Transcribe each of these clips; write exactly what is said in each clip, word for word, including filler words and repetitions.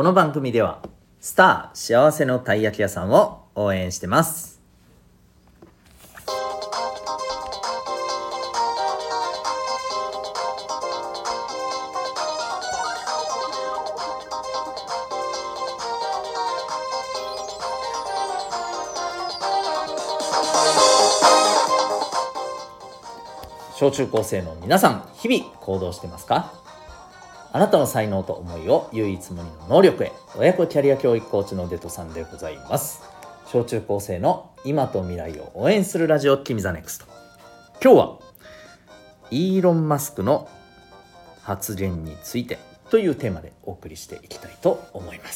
この番組ではスター幸せのたい焼き屋さんを応援してます。小中高生の皆さん、日々行動してますか？あなたの才能と思いを唯一無二の能力へ、親子キャリア教育コーチのデトさんでございます。小中高生の今と未来を応援するラジオ君ザネクスト。今日はイーロン・マスクの発言についてというテーマでお送りしていきたいと思います。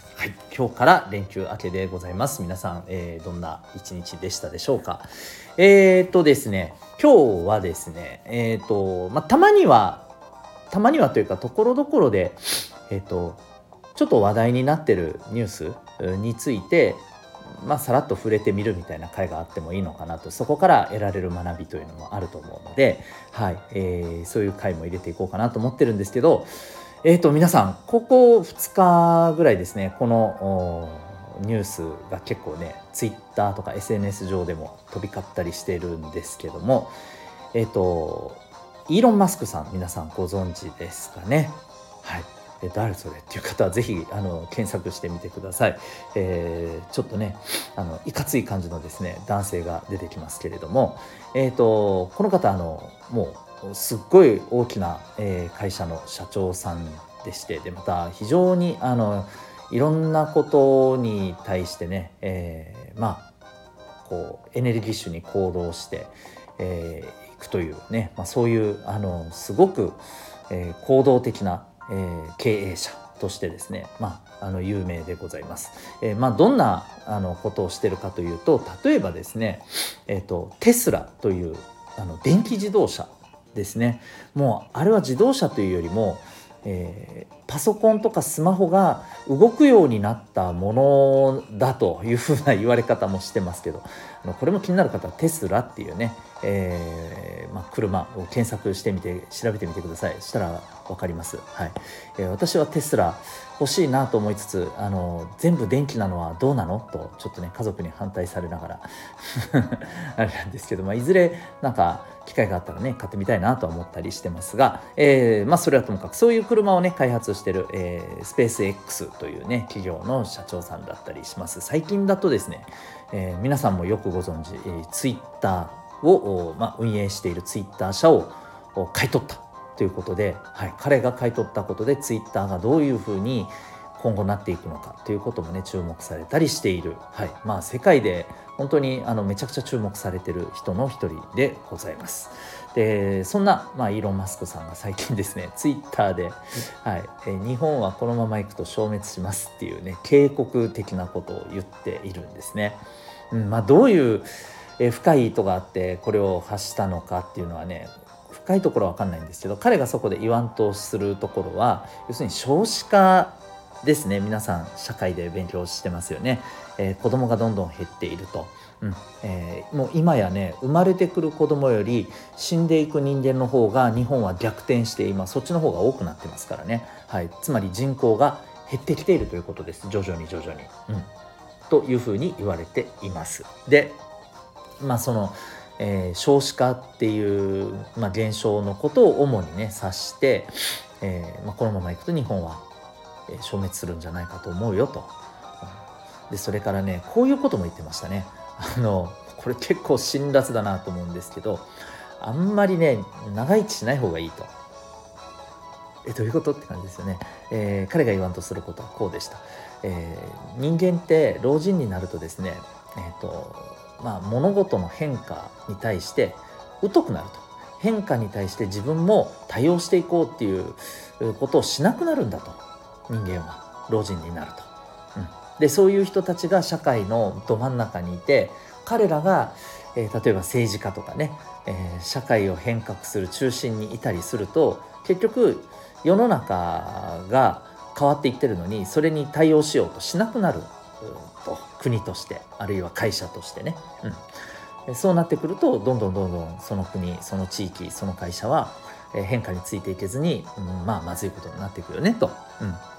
はい、今日から連休明けでございます。皆さん、えー、どんな一日でしたでしょうか？えーとですね今日はですねえーと、まあ、たまにはたまにはというかところどころで、えーと、ちょっと話題になってるニュースについて、まあ、さらっと触れてみるみたいな回があってもいいのかなと、そこから得られる学びというのもあると思うので、はいえー、そういう回も入れていこうかなと思ってるんですけど、えーと、皆さんここふつかぐらいですね、このニュースが結構ねツイッターとか エスエヌエス 上でも飛び交ったりしているんですけども、えっとイーロン・マスクさん、皆さんご存知ですかね？はい、え誰それっていう方はぜひあの検索してみてください。えー、ちょっとねあのいかつい感じのですね男性が出てきますけれども、えっとこの方あのもうすっごい大きな、えー、会社の社長さんでして、でまた非常にあのいろんなことに対してね、えー、まあこうエネルギッシュに行動して、えー、いくというね、まあ、そういうあのすごく、えー、行動的な、えー、経営者としてですね、まあ、あの有名でございます。えーまあ、どんなあのことをしているかというと、例えばですね、えーと、テスラというあの電気自動車ですね。もうあれは自動車というよりもえー、パソコンとかスマホが動くようになったものだというふうな言われ方もしてますけど、あのこれも気になる方はテスラっていうね、えーまあ、車を検索してみて調べてみてください。そしたら分かります。はいえー、私はテスラ欲しいなと思いつつ、あの全部電気なのはどうなのとちょっとね家族に反対されながらあれなんですけど、まあ、いずれなんか機会があったらね買ってみたいなとは思ったりしてますが、えーまあ、それはともかくそういう車をね開発してる、えー、スペース X というね企業の社長さんだったりします。最近だとですね、えー、皆さんもよくご存知、えー、ツイッターを、まあ、運営しているツイッター社を買い取ったということで、はい、彼が買い取ったことでツイッターがどういうふうに今後なっていくのかということもね注目されたりしている、はいまあ、世界で本当にあのめちゃくちゃ注目されている人の一人でございます。でそんな、まあ、イーロン・マスクさんが最近ですねツイッターで、はいえ日本はこのままいくと消滅しますっていうね警告的なことを言っているんですね。うんまあ、どういう、え深い意図があってこれを発したのかっていうのはね深いところは分かんないんですけど、彼がそこで言わんとするところは要するに少子化ですね。皆さん社会で勉強してますよね。えー、子供がどんどん減っていると、うんえー、もう今やね生まれてくる子供より死んでいく人間の方が日本は逆転して今そっちの方が多くなってますからね、はい、つまり人口が減ってきているということです。徐々に徐々に、うん、というふうに言われています。でまあそのえー、少子化っていう、まあ、現象のことを主にね指して、えーまあ、このままいくと日本は消滅するんじゃないかと思うよと。でそれからねこういうことも言ってましたね。あのこれ結構辛辣だなと思うんですけど、あんまりね長生きしない方がいいと。えどういうことって感じですよね。えー、彼が言わんとすることはこうでした。えー、人間って老人になるとですね、えーとまあ、物事の変化に対して疎くなると。変化に対して自分も対応していこうっていうことをしなくなるんだと。人間は老人になると、うん、でそういう人たちが社会のど真ん中にいて、彼らが、えー、例えば政治家とかね、えー、社会を変革する中心にいたりすると結局世の中が変わっていってるのにそれに対応しようとしなくなると、国としてあるいは会社としてね、うん、そうなってくるとどんどんどんどんその国その地域その会社は変化についていけずに、うん、まあまずいことになっていくよねと、うん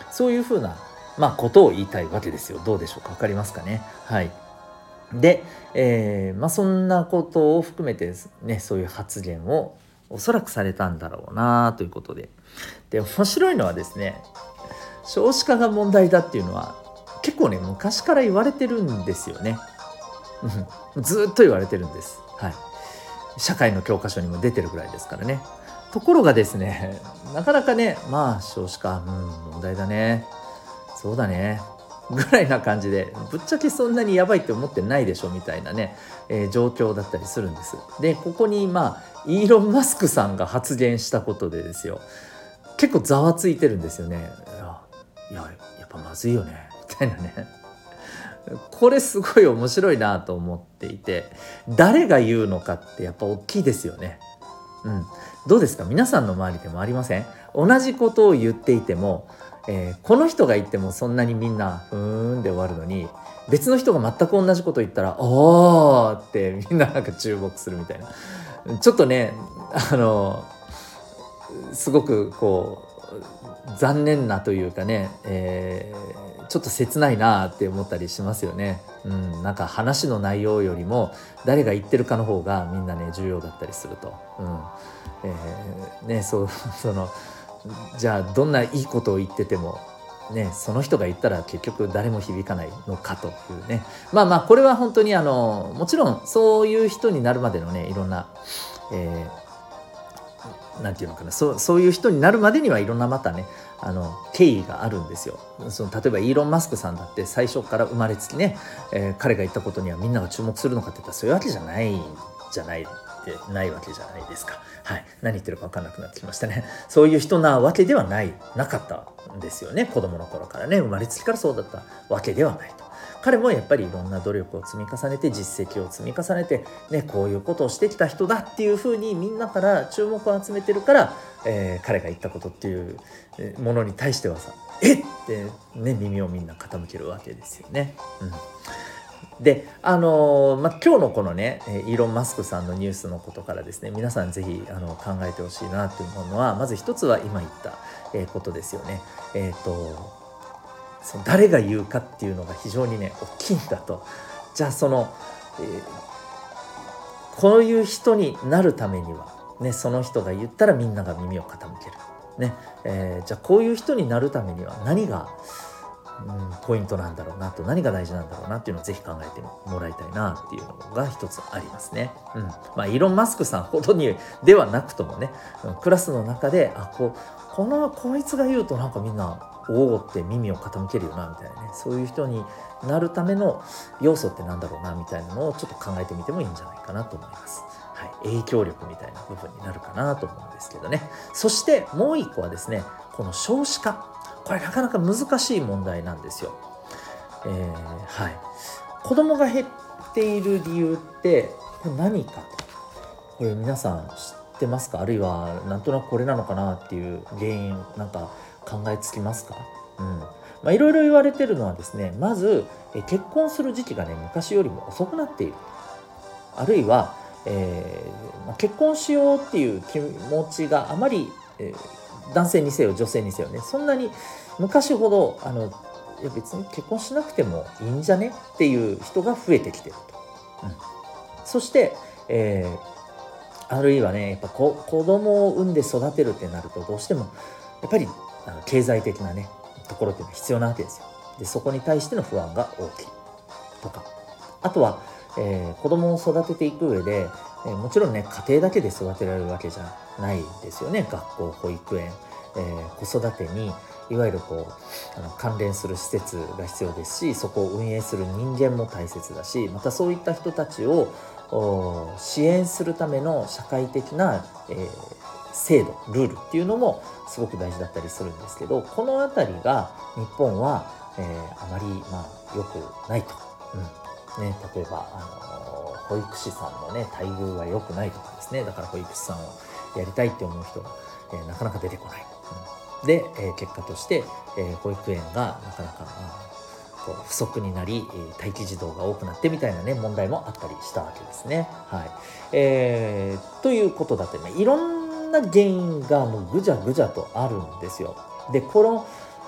そういうふうな、まあ、ことを言いたいわけですよ。どうでしょうか、分かりますかね。はい。で、えーまあ、そんなことを含めてですね、そういう発言をおそらくされたんだろうなということで、で面白いのはですね、少子化が問題だっていうのは結構ね昔から言われてるんですよね。ずっと言われてるんです。はい。社会の教科書にも出てるぐらいですからね。ところがですね、なかなかね、まあ少子化、うん、問題だね、そうだねぐらいな感じで、ぶっちゃけそんなにやばいって思ってないでしょみたいなね、えー状況だったりするんです。でここにまあイーロン・マスクさんが発言したことでですよ、結構ざわついてるんですよね。いや、いややっぱまずいよねみたいなね。これすごい面白いなと思っていて、誰が言うのかってやっぱ大きいですよね。うん、どうですか、皆さんの周りでもありません？同じことを言っていても、えーこの人が言ってもそんなにみんなうーんで終わるのに、別の人が全く同じこと言ったらおーってみんななんか注目するみたいな。ちょっとね、あのすごくこう残念なというかね、えーちょっと切ないなって思ったりしますよね。うん、なんか話の内容よりも誰が言ってるかの方がみんなね重要だったりすると。うん、えーね、そうそのじゃあどんないいことを言っててもね、その人が言ったら結局誰も響かないのかというね。まあまあこれは本当にあのもちろんそういう人になるまでのねいろんな、えーなんていうのかな、そうそういう人になるまでにはいろんなまたねあの経緯があるんですよ。その例えばイーロン・マスクさんだって最初から生まれつきね、えー彼が言ったことにはみんなが注目するのかって言ったらそういうわけじゃないじゃないってないわけじゃないですか。はい、何言ってるか分かんなくなってきましたね。そういう人なわけではないなかったんですよね。子供の頃からね、生まれつきからそうだったわけではないと。彼もやっぱりいろんな努力を積み重ねて実績を積み重ねて、ね、こういうことをしてきた人だっていうふうにみんなから注目を集めてるから、えー彼が言ったことっていうえーものに対してはさ、えっってね耳をみんな傾けるわけですよね。うんで、あのーまあ、今日のこのね、えーイーロン・マスクさんのニュースのことからですね、皆さんぜひあの考えてほしいなって思うのは、まず一つは今言った、えーことですよね。えっ、とその誰が言うかっていうのが非常にね大きいんだと。じゃあその、えーこういう人になるためには、ね、その人が言ったらみんなが耳を傾ける、ねえーじゃあこういう人になるためには何が、うん、ポイントなんだろうなと、何が大事なんだろうなっていうのをぜひ考えてもらいたいなっていうのが一つありますね。うん、まあイーロン・マスクさんほどにではなくともね、クラスの中であこうこのこいつが言うとなんかみんなおおって耳を傾けるよなみたいなね、そういう人になるための要素ってなんだろうなみたいなのをちょっと考えてみてもいいんじゃないかなと思います。はい、影響力みたいな部分になるかなと思うんですけどね。そしてもう一個はですね、この少子化、これなかなか難しい問題なんですよ。えーはい、子供が減っている理由ってこれ何かと、これ皆さん知ってますか？あるいはなんとなくこれなのかなっていう原因なんか考えつきますか？うん、まあいろいろ言われてるのはですね、まずえ結婚する時期がね昔よりも遅くなっている、あるいは、えーまあ、結婚しようっていう気持ちがあまり、えー男性にせよ女性にせよね、そんなに昔ほどあのいや別に結婚しなくてもいいんじゃねっていう人が増えてきてると。うん、そして、えーあるいはねやっぱ子子供を産んで育てるってなるとどうしてもやっぱりあの経済的なねところっていうのは必要なわけですよ。でそこに対しての不安が大きいとか、あとは、えー子供を育てていく上で、えーもちろんね家庭だけで育てられるわけじゃないですよね。学校、保育園、えー子育てにいわゆるこうあの関連する施設が必要ですし、そこを運営する人間も大切だし、またそういった人たちをお支援するための社会的な、えー制度、ルールっていうのもすごく大事だったりするんですけど、このあたりが日本は、えーあまりまあ良くないと。うんね、例えば、あの保育士さんのね待遇が良くないとかですね、だから保育士さんをやりたいって思う人が、えーなかなか出てこない。うん、で、えー結果として、えー保育園がなかなか、あこう不足になり、えー待機児童が多くなってみたいなね問題もあったりしたわけですね。はいえーということだってね、いろんな原因がもうぐじゃぐじゃとあるんですよ。でこの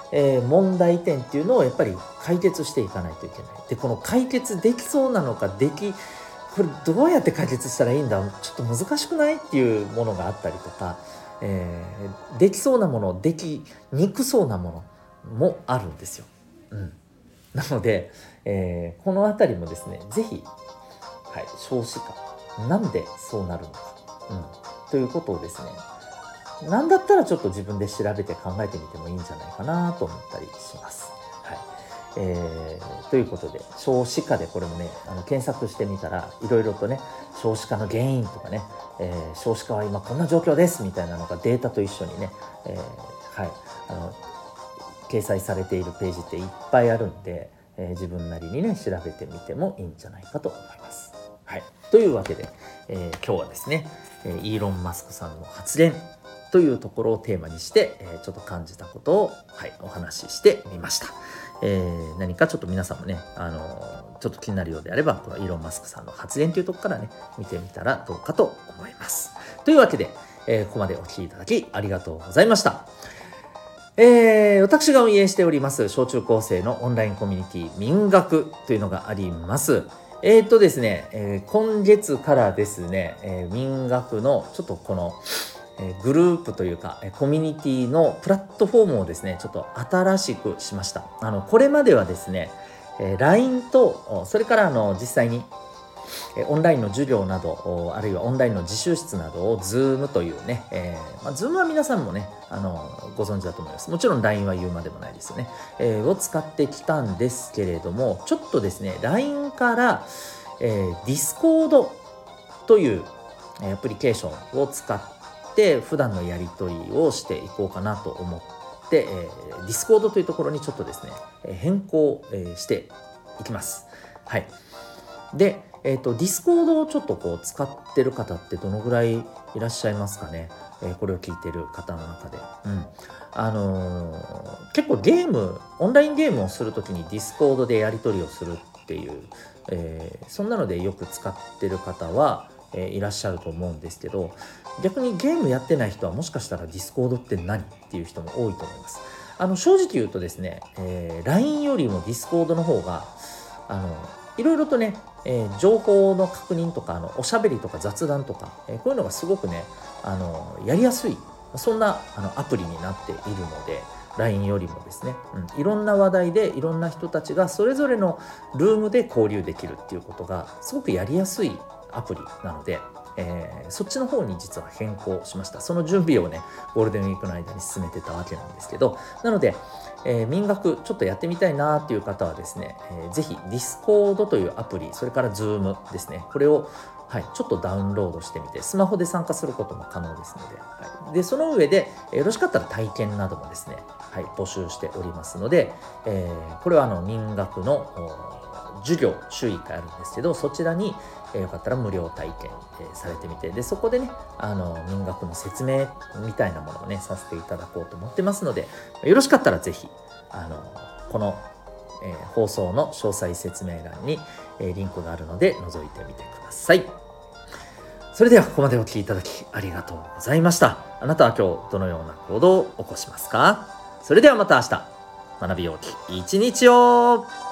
えー、問題点っていうのをやっぱり解決していかないといけない。でこの解決できそうなのか、できこれどうやって解決したらいいんだ、ちょっと難しくないっていうものがあったりとか、えー、できそうなもの、できにくそうなものもあるんですよ。うん、なので、えー、このあたりもですね、ぜひ、はい、少子化なんでそうなるのか、うん、ということをですね、なんだったらちょっと自分で調べて考えてみてもいいんじゃないかなと思ったりします。はい、えー、ということで少子化でこれもね、あの検索してみたらいろいろとね、少子化の原因とかね、えー、少子化は今こんな状況ですみたいなのがデータと一緒にね、えー、はい、あの掲載されているページっていっぱいあるんで、えー、自分なりにね調べてみてもいいんじゃないかと思います。はい、というわけで、えー、今日はですね、えー、イーロン・マスクさんの発言というところをテーマにして、えー、ちょっと感じたことを、はい、お話ししてみました。えー、何かちょっと皆さんもね、あのー、ちょっと気になるようであれば、このイーロン・マスクさんの発言というところからね、見てみたらどうかと思います。というわけで、えー、ここまでお聞きいただきありがとうございました。えー、私が運営しております小中高生のオンラインコミュニティ民学というのがあります。えー、っとですね、えー、今月からですね、えー、民学のちょっとこのグループというかコミュニティのプラットフォームをですね、ちょっと新しくしました。あのこれまではですね、 ライン とそれからあの実際にオンラインの授業など、あるいはオンラインの自習室などを Zoom というね、えーまあ、Zoom は皆さんもね、あのご存知だと思います。もちろん ライン は言うまでもないですよね、えー、を使ってきたんですけれども、ちょっとですね ライン から、えー、Discord というアプリケーションを使って普段のやり取りをしていこうかなと思って、えー、Discord というところにちょっとですね変更、えー、していきます。はい。で、えーと、Discord をちょっとこう使ってる方ってどのぐらいいらっしゃいますかね、えー、これを聞いてる方の中で、うんあのー、結構ゲームオンラインゲームをするときに Discord でやり取りをするっていう、えー、そんなのでよく使ってる方は、えー、いらっしゃると思うんですけど、逆にゲームやってない人はもしかしたら Discord って何っていう人も多いと思います。あの正直言うとですね、えー、ライン よりも Discord の方があのいろいろとね、えー、情報の確認とかあのおしゃべりとか雑談とか、えー、こういうのがすごくねあのやりやすい、そんなあのアプリになっているので ライン よりもですね、うん、いろんな話題でいろんな人たちがそれぞれのルームで交流できるっていうことがすごくやりやすいアプリなので、えー、そっちの方に実は変更しました。その準備をねゴールデンウィークの間に進めてたわけなんですけど、なのでえー、民学ちょっとやってみたいなっていう方はですね、えー、ぜひ Discord というアプリ、それから Zoom ですね、これを、はい、ちょっとダウンロードしてみてスマホで参加することも可能ですので、はい、でその上で、えー、よろしかったら体験などもですね、はい、募集しておりますので、えー、これはあの民学の授業週いっかいあるんですけど、そちらに、えー、よかったら無料体験、えー、されてみて、でそこでねあの民学の説明みたいなものをねさせていただこうと思ってますので、よろしかったらぜひあのこの、えー、放送の詳細説明欄に、えー、リンクがあるので覗いてみてください。それではここまでお聞きいただきありがとうございました。あなたは今日どのような行動を起こしますか？それではまた明日、学びようき一日を。